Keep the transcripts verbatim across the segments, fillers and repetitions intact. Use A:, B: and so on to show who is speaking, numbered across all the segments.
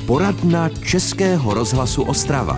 A: Poradna Českého rozhlasu Ostrava.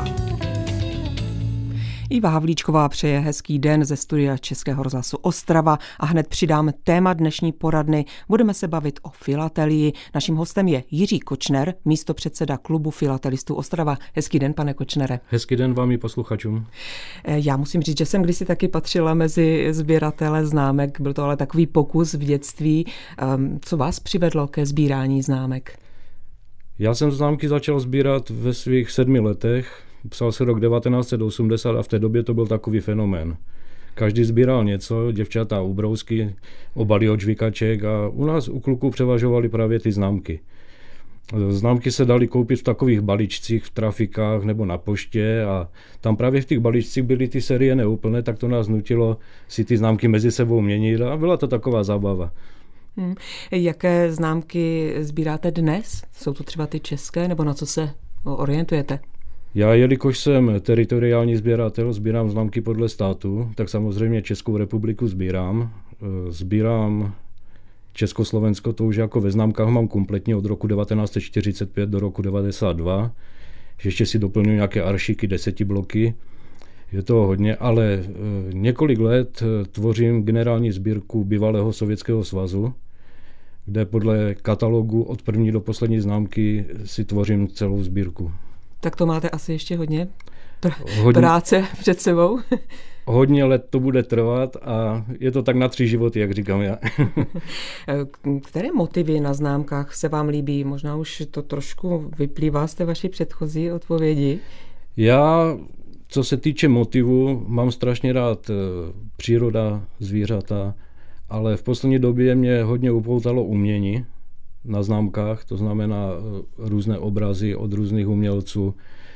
B: Iva Havlíčková přeje hezký den ze studia Českého rozhlasu Ostrava a hned přidám téma dnešní poradny. Budeme se bavit o filatelii. Naším hostem je Jiří Kočner, místopředseda klubu filatelistů Ostrava. Hezký den, pane Kočnere.
C: Hezký den vám i posluchačům.
B: Já musím říct, že jsem kdysi taky patřila mezi sběratele známek. Byl to ale takový pokus v dětství. Co vás přivedlo ke sbírání známek?
C: Já jsem známky začal sbírat ve svých sedmi letech. Psal se rok devatenáct set osmdesát a v té době to byl takový fenomén. Každý sbíral něco, děvčata ubrousky, obaly od žvikaček a u nás u kluků převažovaly právě ty známky. Známky se daly koupit v takových balíčcích, v trafikách nebo na poště a tam právě v těch balíčcích byly ty série neúplné, tak to nás nutilo si ty známky mezi sebou měnit a byla to taková zábava.
B: Hmm. Jaké známky sbíráte dnes? Jsou to třeba ty české, nebo na co se orientujete?
C: Já, jelikož jsem teritoriální sběratel, sbírám známky podle státu, tak samozřejmě Českou republiku sbírám. Sbírám Československo, to už jako ve známkách mám kompletně od roku devatenáct set čtyřicet pět do roku devadesát dva. Ještě si doplňuji nějaké aršíky, desetibloky. Je to hodně, ale několik let tvořím generální sbírku bývalého Sovětského svazu, kde podle katalogu od první do poslední známky si tvořím celou sbírku.
B: Tak to máte asi ještě hodně, pr- hodně práce před sebou.
C: Hodně let to bude trvat a je to tak na tři životy, jak říkám já.
B: Které motivy na známkách se vám líbí? Možná už to trošku vyplývá z té vaší předchozí odpovědi.
C: Já, co se týče motivu, mám strašně rád příroda, zvířata, ale v poslední době mě hodně upoutalo umění na známkách, to znamená různé obrazy od různých umělců,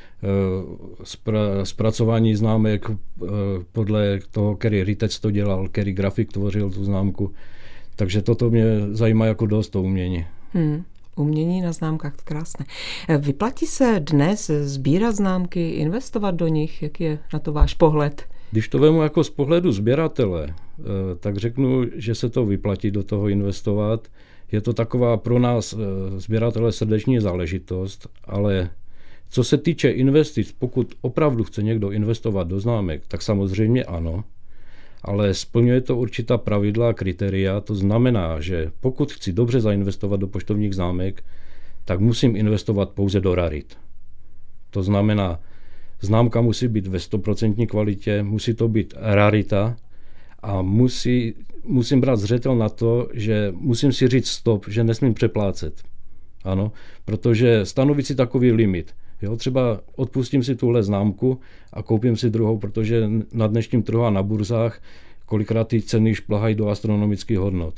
C: spra- zpracování známek podle toho, který rytec to dělal, který grafik tvořil tu známku. Takže toto mě zajímá jako dost, to umění.
B: Hmm. Umění na známkách, krásné. Vyplatí se dnes sbírat známky, investovat do nich? Jaký je na to váš pohled?
C: Když to vemu jako z pohledu sběratele, tak řeknu, že se to vyplatí do toho investovat. Je to taková pro nás sběratele srdeční záležitost, ale co se týče investic, pokud opravdu chce někdo investovat do známek, tak samozřejmě ano, ale splňuje to určitá pravidla a kritéria. To znamená, že pokud chci dobře zainvestovat do poštovních známek, tak musím investovat pouze do rarit. To znamená, známka musí být ve sto procent kvalitě, musí to být rarita a musí, musím brát zřetel na to, že musím si říct stop, že nesmím přeplácet. Ano, protože stanovit si takový limit. Jo, třeba odpustím si tuhle známku a koupím si druhou, protože na dnešním trhu a na burzách kolikrát ty ceny šplhají do astronomických hodnot.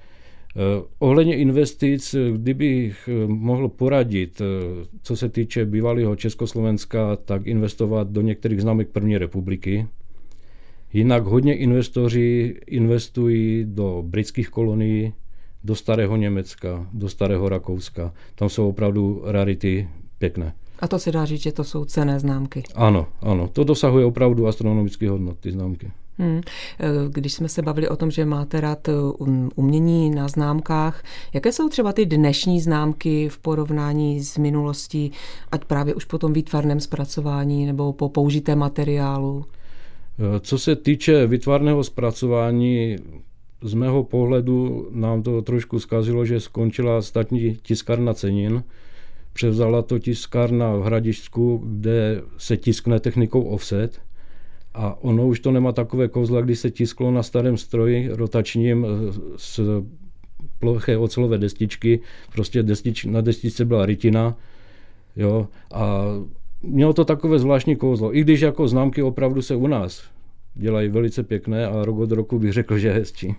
C: Eh, ohledně investic, kdybych mohl poradit, co se týče bývalého Československa, tak investovat do některých známek první republiky. Jinak hodně investoři investují do britských kolonií, do starého Německa, do starého Rakouska. Tam jsou opravdu rarity pěkné.
B: A to se dá říct, že to jsou cenné známky.
C: Ano, ano. To dosahuje opravdu astronomické hodnoty, ty známky.
B: Hmm. Když jsme se bavili o tom, že máte rád umění na známkách, jaké jsou třeba ty dnešní známky v porovnání s minulostí, ať právě už po tom výtvarném zpracování nebo po použitém materiálu?
C: Co se týče výtvarného zpracování, z mého pohledu nám to trošku zkazilo, že skončila státní tiskárna cenin. Převzala to tiskárna v Hradišťsku, kde se tiskne technikou offset a ono už to nemá takové kouzla, když se tisklo na starém stroji rotačním z ploché ocelové destičky, prostě destič, na destičce byla rytina, jo, a mělo to takové zvláštní kouzlo, i když jako známky opravdu se u nás dělají velice pěkné a rok od roku bych řekl, že je hezčí.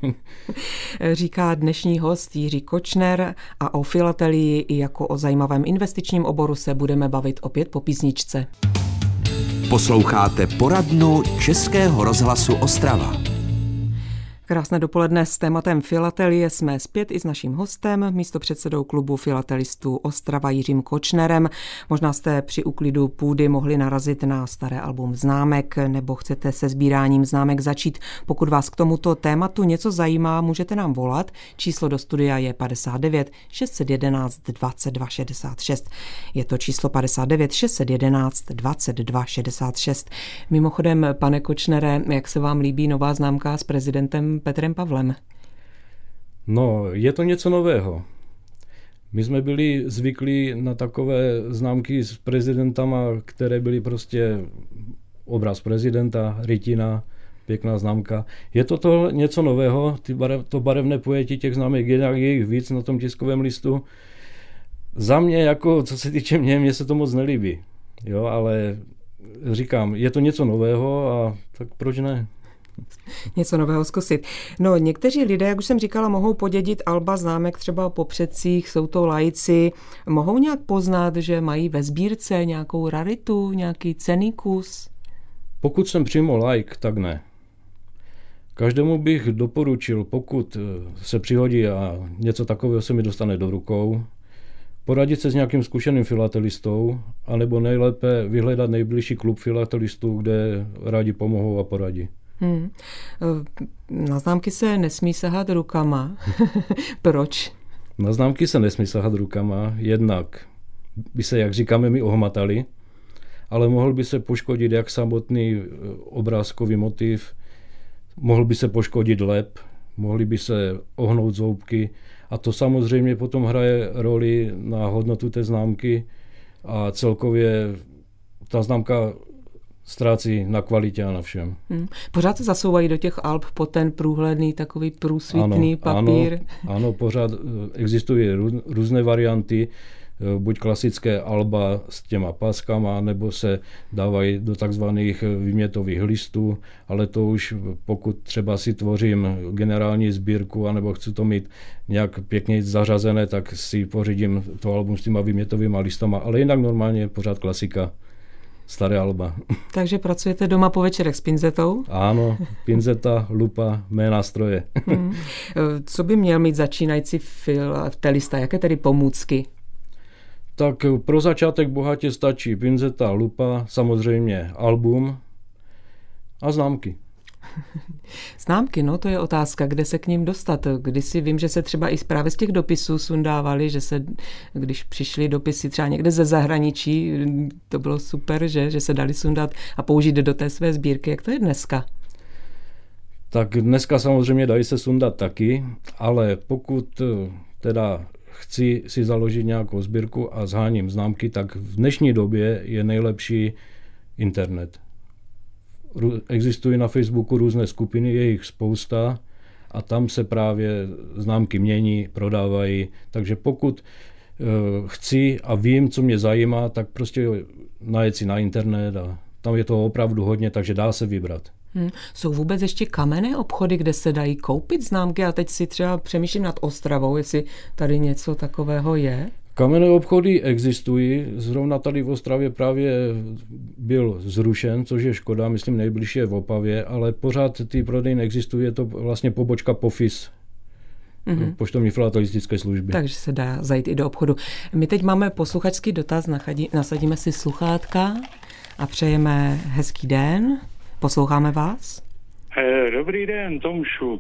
B: Říká dnešní host Jiří Kočner a o filatelii i jako o zajímavém investičním oboru se budeme bavit opět po písničce.
A: Posloucháte poradnu Českého rozhlasu Ostrava.
B: Krásné dopoledne s tématem filatelie jsme zpět i s naším hostem, místopředsedou klubu filatelistů Ostrava Jiřím Kočnerem. Možná jste při úklidu půdy mohli narazit na staré album známek, nebo chcete se sbíráním známek začít. Pokud vás k tomuto tématu něco zajímá, můžete nám volat. Číslo do studia je padesát devět šest set jedenáct dvacet dva šedesát šest. Je to číslo padesát devět šest set jedenáct dvacet dva šedesát šest. Mimochodem, pane Kočnere, jak se vám líbí nová známka s prezidentem Petrem Pavlem?
C: No, je to něco nového. My jsme byli zvyklí na takové známky s prezidentama, které byly prostě obraz prezidenta, rytina, pěkná známka. Je to, to něco nového, ty barev, to barevné pojetí těch známek, je jich víc na tom tiskovém listu. Za mě, jako co se týče mě, mně se to moc nelíbí. Jo, ale říkám, je to něco nového a tak proč ne?
B: Něco nového zkusit. No, někteří lidé, jak už jsem říkala, mohou podědit alba známek třeba po předcích, jsou to laici, mohou nějak poznat, že mají ve sbírce nějakou raritu, nějaký cenný kus?
C: Pokud jsem přímo laik, tak ne. Každému bych doporučil, pokud se přihodí a něco takového se mi dostane do rukou, poradit se s nějakým zkušeným filatelistou, anebo nejlépe vyhledat nejbližší klub filatelistů, kde rádi pomohou a poradí.
B: Hmm. Na známky se nesmí sahat rukama. Proč?
C: Na známky se nesmí sahat rukama, jednak by se, jak říkáme, my ohmatali, ale mohl by se poškodit jak samotný obrázkový motiv, mohl by se poškodit lep, mohly by se ohnout zoubky a to samozřejmě potom hraje roli na hodnotu té známky a celkově ta známka ztrácí na kvalitě a na všem. Hmm.
B: Pořád se zasouvají do těch alb po ten průhledný, takový průsvitný ano, papír.
C: Ano, ano, pořád existují různé varianty, buď klasické alba s těma páskama, nebo se dávají do takzvaných výmětových listů, ale to už pokud třeba si tvořím generální sbírku, anebo chci to mít nějak pěkně zařazené, tak si pořídím to album s těma výmětovými listama, ale jinak normálně pořád klasika. Staré alba. Takže
B: pracujete doma po večerech s pinzetou?
C: Ano, pinzeta, lupa, mé nástroje. Hmm.
B: Co by měl mít začínající filatelista? Jaké tedy pomůcky?
C: Tak pro začátek bohatě stačí pinzeta, lupa, samozřejmě album a známky.
B: Známky, no to je otázka, kde se k ním dostat. Kdysi vím, že se třeba i právě z těch dopisů sundávali, že se, když přišly dopisy třeba někde ze zahraničí, to bylo super, že, že se dali sundat a použít do té své sbírky. Jak to je dneska?
C: Tak dneska samozřejmě dají se sundat taky, ale pokud teda chci si založit nějakou sbírku a zháním známky, tak v dnešní době je nejlepší internet. Existují na Facebooku různé skupiny, je jich spousta a tam se právě známky mění, prodávají. Takže pokud uh, chci a vím, co mě zajímá, tak prostě najet si na internet a tam je toho opravdu hodně, takže dá se vybrat.
B: Hmm. Jsou vůbec ještě kamenné obchody, kde se dají koupit známky? A teď si třeba přemýšlím nad Ostravou, jestli tady něco takového je.
C: Kamenné obchody existují, zrovna tady v Ostravě právě byl zrušen, což je škoda, myslím nejbližší je v Opavě, ale pořád ty prodejny existují, je to vlastně pobočka Pofis, mm-hmm. poštovní filatelistické služby.
B: Takže se dá zajít i do obchodu. My teď máme posluchačský dotaz, nasadíme si sluchátka a přejeme hezký den. Posloucháme vás.
D: Dobrý den, Tomšu.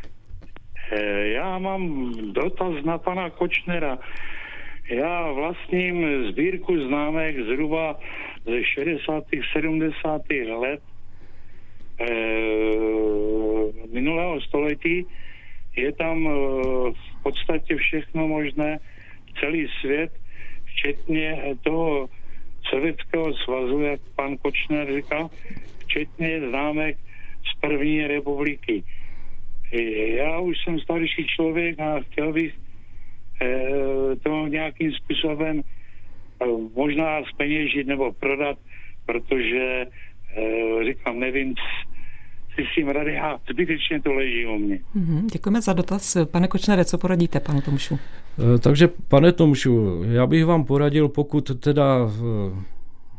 D: Já mám dotaz na pana Kočnera. Já vlastním sbírku známek zhruba ze šedesátých sedmdesátých let e, minulého století. Je tam e, v podstatě všechno možné, celý svět, včetně toho Sovětského svazu, jak pan Kočner říkal, včetně známek z první republiky. Já už jsem starší člověk a chtěl bych to nějakým způsobem možná zpeněžit nebo prodat, protože říkám, nevím, si s tím rady a zbytečně to leží u mě.
B: Mm-hmm, děkujeme za dotaz. Pane Kočnere, co poradíte panu Tomšu?
C: Takže pane Tomšu, já bych vám poradil, pokud teda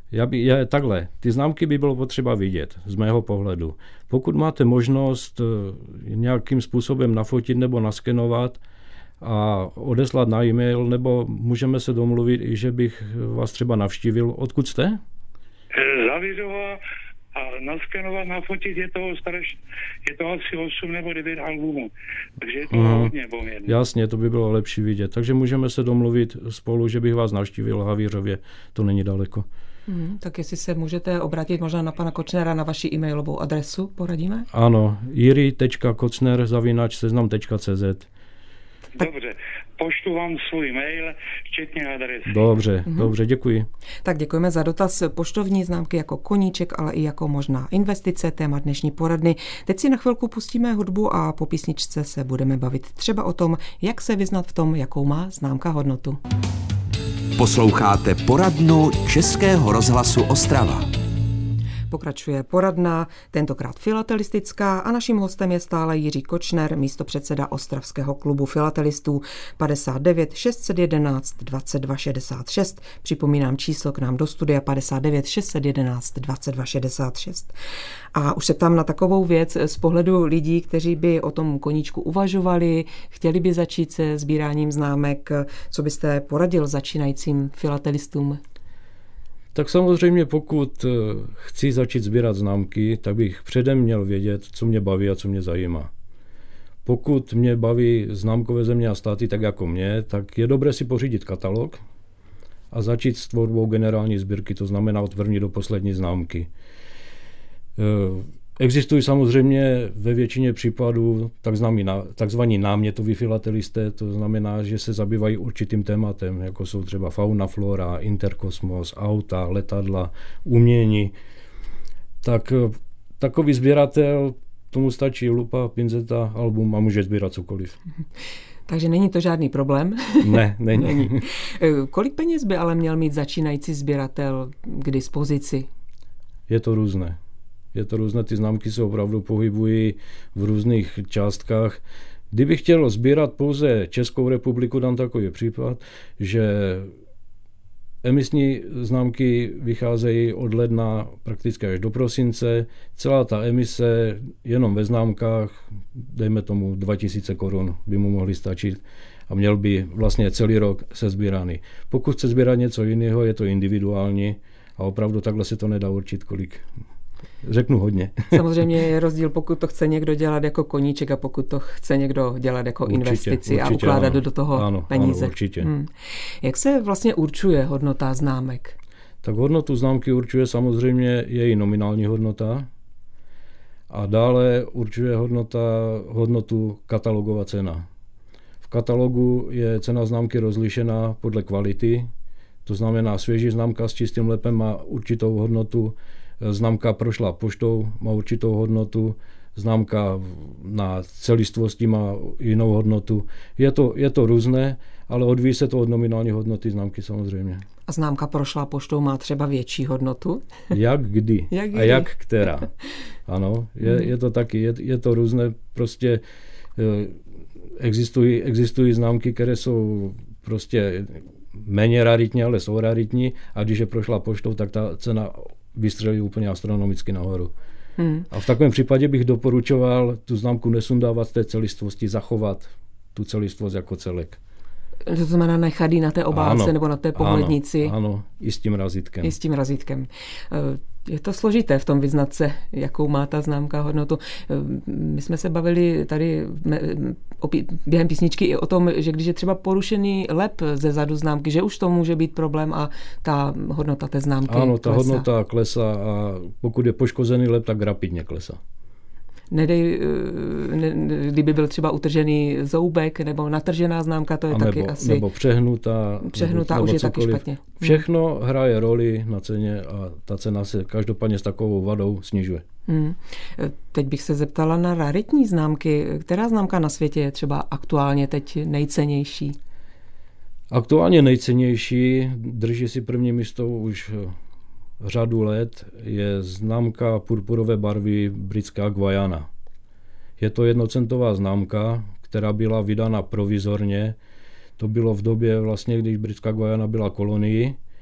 C: Já by, je, takhle, ty známky by bylo potřeba vidět, z mého pohledu. Pokud máte možnost nějakým způsobem nafotit nebo naskenovat a odeslat na e-mail, nebo můžeme se domluvit, i že bych vás třeba navštívil. Odkud jste?
D: Záviřová a naskenovat, nafotit je toho strašně, je to asi osm nebo devět albumů, takže je to hmm. hodně poměrně.
C: Jasně, to by bylo lepší vidět. Takže můžeme se domluvit spolu, že bych vás navštívil v Havířově, to není daleko.
B: Hmm, tak jestli se můžete obrátit možná na pana Kočnera na vaši e-mailovou adresu, poradíme?
C: Ano, jiry tečka kocner zavináč seznam tečka cé zet.
D: Dobře, pošlu vám svůj mail, včetně adresy.
C: Dobře,
B: mhm.
C: dobře, děkuji.
B: Tak děkujeme za dotaz. Poštovní známky jako koníček, ale i jako možná investice, téma dnešní poradny. Teď si na chvilku pustíme hudbu a po písničce se budeme bavit třeba o tom, jak se vyznat v tom, jakou má známka hodnotu.
A: Posloucháte poradnu Českého rozhlasu Ostrava.
B: Pokračuje poradna, tentokrát filatelistická a naším hostem je stále Jiří Kočner, místopředseda Ostravského klubu filatelistů padesát devět šest set jedenáct dvacet dva šedesát šest. Připomínám číslo k nám do studia padesát devět šest set jedenáct dvacet dva šedesát šest. A už se ptám na takovou věc z pohledu lidí, kteří by o tom koníčku uvažovali, chtěli by začít se sbíráním známek. Co byste poradil začínajícím filatelistům?
C: Tak samozřejmě, pokud chci začít sbírat známky, tak bych předem měl vědět, co mě baví a co mě zajímá. Pokud mě baví známkové země a státy tak jako mě, tak je dobré si pořídit katalog a začít s tvorbou generální sbírky, to znamená od první do poslední známky. Existují samozřejmě ve většině případů takzvaní námětoví filatelisté, to znamená, že se zabývají určitým tématem, jako jsou třeba fauna, flora, interkosmos, auta, letadla, umění. Tak takový sběratel, tomu stačí lupa, pinzeta, album a může sbírat cokoliv.
B: Takže není to žádný problém?
C: Ne, není.
B: není. Kolik peněz by ale měl mít začínající sběratel k dispozici?
C: Je to různé. Je to různé, ty známky se opravdu pohybují v různých částkách. Kdybych chtěl sbírat pouze Českou republiku, dám takový případ, že emisní známky vycházejí od ledna prakticky až do prosince. Celá ta emise jenom ve známkách, dejme tomu dva tisíce korun, by mu mohly stačit a měl by vlastně celý rok se sbíraný. Pokud chce sbírat něco jiného, je to individuální a opravdu takhle se to nedá určit, kolik. Řeknu hodně.
B: Samozřejmě je rozdíl, pokud to chce někdo dělat jako koníček a pokud to chce někdo dělat jako určitě, investici určitě, a ukládat ano. do toho
C: ano,
B: peníze.
C: Ano, určitě.
B: Hmm. Jak se vlastně určuje hodnota známek?
C: Tak hodnotu známky určuje samozřejmě její nominální hodnota a dále určuje hodnota, hodnotu katalogová cena. V katalogu je cena známky rozlišená podle kvality, to znamená svěží známka s čistým lepem má určitou hodnotu, známka prošla poštou má určitou hodnotu, známka na celistvosti má jinou hodnotu. Je to, je to různé, ale odvíjí se to od nominální hodnoty známky samozřejmě.
B: A známka prošla poštou má třeba větší hodnotu?
C: Jak kdy?
B: jak kdy?
C: A jak která? Ano, je, je to taky, je, je to různé, prostě existují, existují známky, které jsou prostě méně raritní, ale jsou raritní a když je prošla poštou, tak ta cena vystřelí úplně astronomicky nahoru. Hmm. A v takovém případě bych doporučoval tu známku nesundávat z té celistvosti, zachovat tu celistvost jako celek.
B: To znamená nechat ji na té obálce ano, nebo na té pohlednici.
C: Ano, ano, i s tím razítkem.
B: I s tím razítkem. Je to složité v tom vyznat se, jakou má ta známka hodnotu. My jsme se bavili tady během písničky i o tom, že když je třeba porušený lep ze zadu známky, že už to může být problém a ta hodnota té známky
C: Ano, ta
B: klesá.
C: hodnota klesá a pokud je poškozený lep, tak rapidně klesá.
B: Nedej, ne, kdyby byl třeba utržený zoubek nebo natržená známka, to je
C: a
B: taky
C: nebo,
B: asi...
C: Nebo přehnutá.
B: Přehnutá
C: nebo,
B: už
C: nebo
B: je taky špatně.
C: Všechno hmm. hraje roli na ceně a ta cena se každopádně s takovou vadou snižuje.
B: Hmm. Teď bych se zeptala na raritní známky. Která známka na světě je třeba aktuálně teď nejcennější?
C: Aktuálně nejcennější, drží si první místo už řadu let, je známka purpurové barvy britská Guayana. Je to jednocentová známka, která byla vydána provizorně. To bylo v době vlastně, když britská Guayana byla kolonií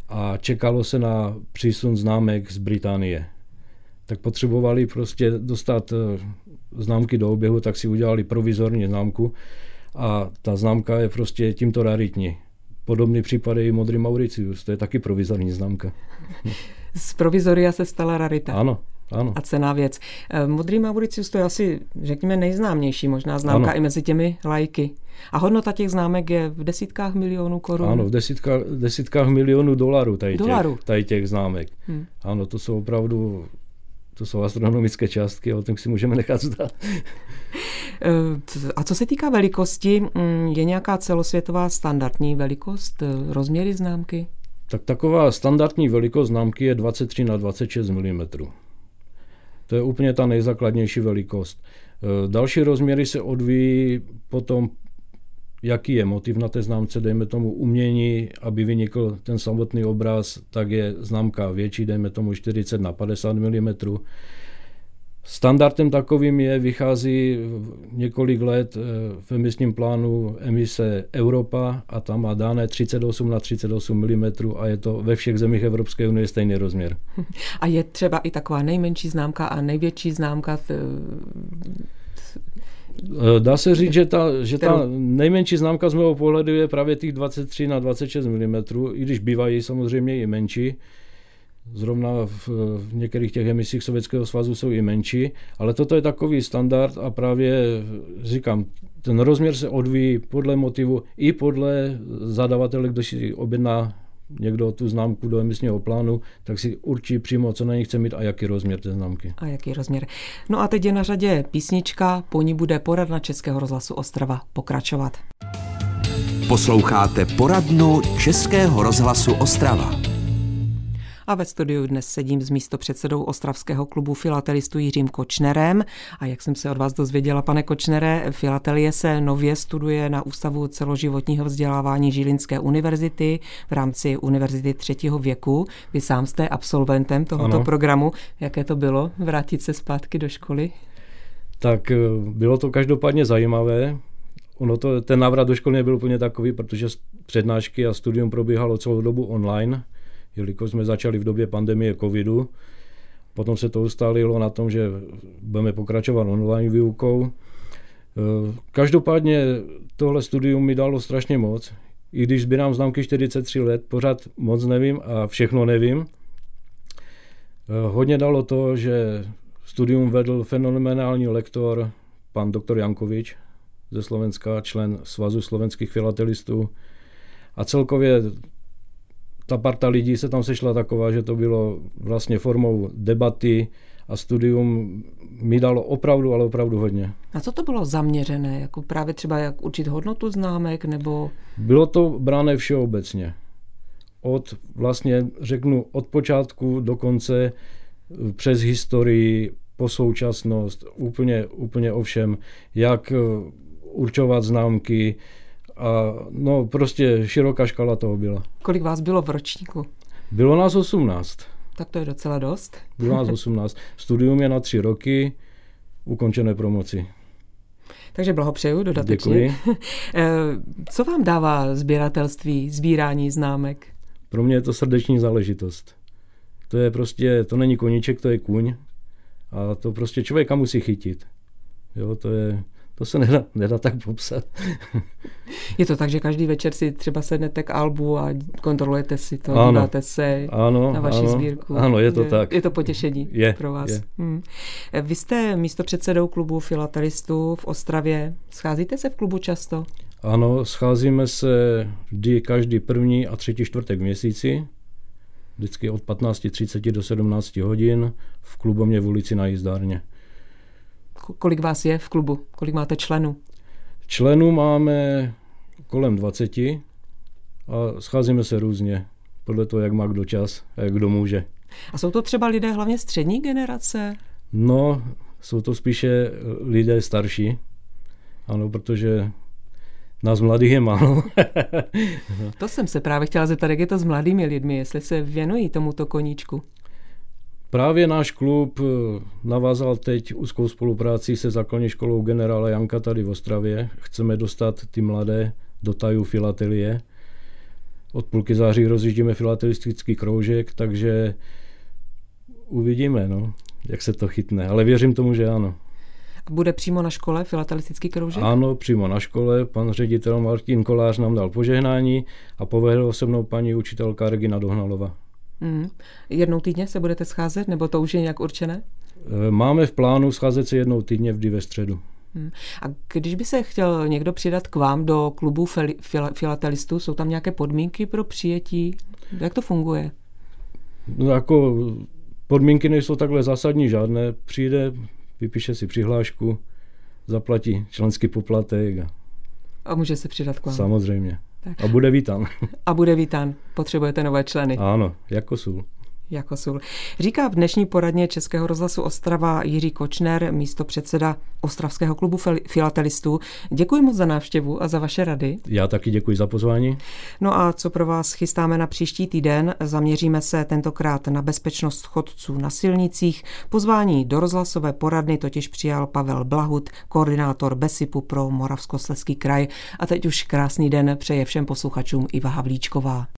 C: a čekalo se na přísun známek z Británie. Tak potřebovali prostě dostat známky do oběhu, tak si udělali provizorní známku a ta známka je prostě tímto raritní. Podobný případ je i Modrý Mauricius, to je taky provizorní známka.
B: Z provizoria se stala rarita.
C: Ano, ano.
B: A cenná věc. Modrý Mauricius to je asi, řekněme, nejznámější možná známka ano. i mezi těmi laiky. A hodnota těch známek je v desítkách milionů korun?
C: Ano, v desítkách, desítkách milionů dolarů tady,
B: dolarů.
C: Těch, tady těch známek. Hmm. Ano, to jsou opravdu, to jsou astronomické částky, o tom si můžeme nechat zdát.
B: A co se týká velikosti, je nějaká celosvětová standardní velikost, rozměry známky?
C: Tak taková standardní velikost známky je dvacet tři na dvacet šest milimetrů. To je úplně ta nejzákladnější velikost. Další rozměry se odvíjí potom, jaký je motiv na té známce, dejme tomu umění, aby vynikl ten samotný obraz, tak je známka větší, dejme tomu čtyřicet na padesát milimetrů. Standardem takovým je, vychází několik let v emisním plánu emise Europa a tam má dané třicet osm na třicet osm milimetrů a je to ve všech zemích Evropské unie stejný rozměr.
B: A je třeba i taková nejmenší známka a největší známka? T...
C: Dá se říct, že ta, že ta nejmenší známka z mého pohledu je právě těch dvacet tři na dvacet šest milimetrů, i když bývají samozřejmě i menší. Zrovna v, v některých těch emisích Sovětského svazu jsou i menší, ale toto je takový standard a právě říkám, ten rozměr se odvíjí podle motivu i podle zadavatele, kdo si objedná někdo tu známku do emisního plánu, tak si určí přímo, co na ní chce mít a jaký rozměr té známky.
B: A jaký rozměr. No a teď je na řadě písnička, po ní bude poradna Českého rozhlasu Ostrava pokračovat.
A: Posloucháte poradnu Českého rozhlasu Ostrava.
B: A ve studiu dnes sedím s místopředsedou Ostravského klubu filatelistů Jiřím Kočnerem. A jak jsem se od vás dozvěděla, pane Kočnere, filatelie se nově studuje na Ústavu celoživotního vzdělávání Žilinské univerzity v rámci univerzity třetího věku. Vy sám jste absolventem tohoto ano. programu. Jaké to bylo vrátit se zpátky do školy?
C: Tak bylo to každopádně zajímavé. Ono to, ten návrat do školy nebyl úplně takový, protože přednášky a studium probíhalo celou dobu online, jelikož jsme začali v době pandemie covidu. Potom se to ustálilo na tom, že budeme pokračovat online výukou. Každopádně tohle studium mi dalo strašně moc. I když sbírám známky čtyřicet tři let, pořád moc nevím a všechno nevím. Hodně dalo to, že studium vedl fenomenální lektor, pan doktor Jankovič ze Slovenska, člen Svazu slovenských filatelistů. A celkově ta parta lidí se tam sešla taková, že to bylo vlastně formou debaty a studium mi dalo opravdu, ale opravdu hodně.
B: A co to bylo zaměřené? Jako právě třeba jak učit hodnotu známek nebo?
C: Bylo to brané všeobecně. Od vlastně řeknu od počátku do konce, přes historii, po současnost, úplně, úplně o všem, jak určovat známky, a no prostě široká škala toho byla.
B: Kolik vás bylo v ročníku?
C: Bylo nás osmnáct.
B: Tak to je docela dost.
C: Bylo nás osmnáct. Studium je na tři roky, ukončené promoci.
B: Takže blahopřeju dodatečně.
C: Děkuji.
B: Co vám dává sběratelství, sbírání známek?
C: Pro mě je to srdeční záležitost. To je prostě, to není koníček, to je kůň. A to prostě člověka musí chytit. Jo, to je... To se nedá, nedá tak popsat.
B: Je to tak, že každý večer si třeba sednete k albu a kontrolujete si to, ano, díváte se
C: ano,
B: na vaši
C: ano,
B: sbírku.
C: Ano, je to tak.
B: Je to potěšení
C: je,
B: pro vás.
C: Je.
B: Hmm. Vy jste místopředsedou klubu filatelistů v Ostravě. Scházíte se v klubu často?
C: Ano, scházíme se vždy každý první a třetí čtvrtek v měsíci. Vždycky od patnáct třicet do sedmnáct hodin v klubovně v ulici Na Jízdárně.
B: Kolik vás je v klubu? Kolik máte členů?
C: Členů máme kolem dvaceti a scházíme se různě, podle toho, jak má kdo čas a jak kdo může.
B: A jsou to třeba lidé hlavně střední generace?
C: No, jsou to spíše lidé starší, ano, protože nás mladých je málo.
B: To jsem se právě chtěla zeptat, jak je to s mladými lidmi, jestli se věnují tomuto koníčku.
C: Právě náš klub navázal teď úzkou spolupráci se základní školou generála Janka tady v Ostravě. Chceme dostat ty mladé do tajů filatelie. Od půlky září rozjíždíme filatelistický kroužek, takže uvidíme, no, jak se to chytne. Ale věřím tomu, že ano.
B: A bude přímo na škole filatelistický kroužek?
C: Ano, přímo na škole. Pan ředitel Martin Kolář nám dal požehnání a povedla se mnou paní učitelka Regina Dohnalova.
B: Mm. Jednou týdně se budete scházet, nebo to už je nějak určené?
C: Máme v plánu scházet se jednou týdně vždy ve středu.
B: Hmm. A když by se chtěl někdo přidat k vám do klubu fil- fil- filatelistů, jsou tam nějaké podmínky pro přijetí? Jak to funguje?
C: No, jako podmínky nejsou takhle zásadní žádné. Přijde, vypíše si přihlášku, zaplatí členský poplatek. A,
B: a může se přidat k vám?
C: Samozřejmě.
B: Tak.
C: A bude vítán.
B: A bude vítán. Potřebujete nové členy.
C: Ano, jako sůl.
B: Jako sůl. Říká v dnešní poradně Českého rozhlasu Ostrava Jiří Kočner, místopředseda Ostravského klubu filatelistů. Děkuji moc za návštěvu a za vaše rady.
C: Já taky děkuji za pozvání.
B: No a co pro vás chystáme na příští týden? Zaměříme se tentokrát na bezpečnost chodců na silnicích. Pozvání do rozhlasové poradny totiž přijal Pavel Blahut, koordinátor BESIPu pro Moravskoslezský kraj. A teď už krásný den přeje všem posluchačům Iva Havlíčková.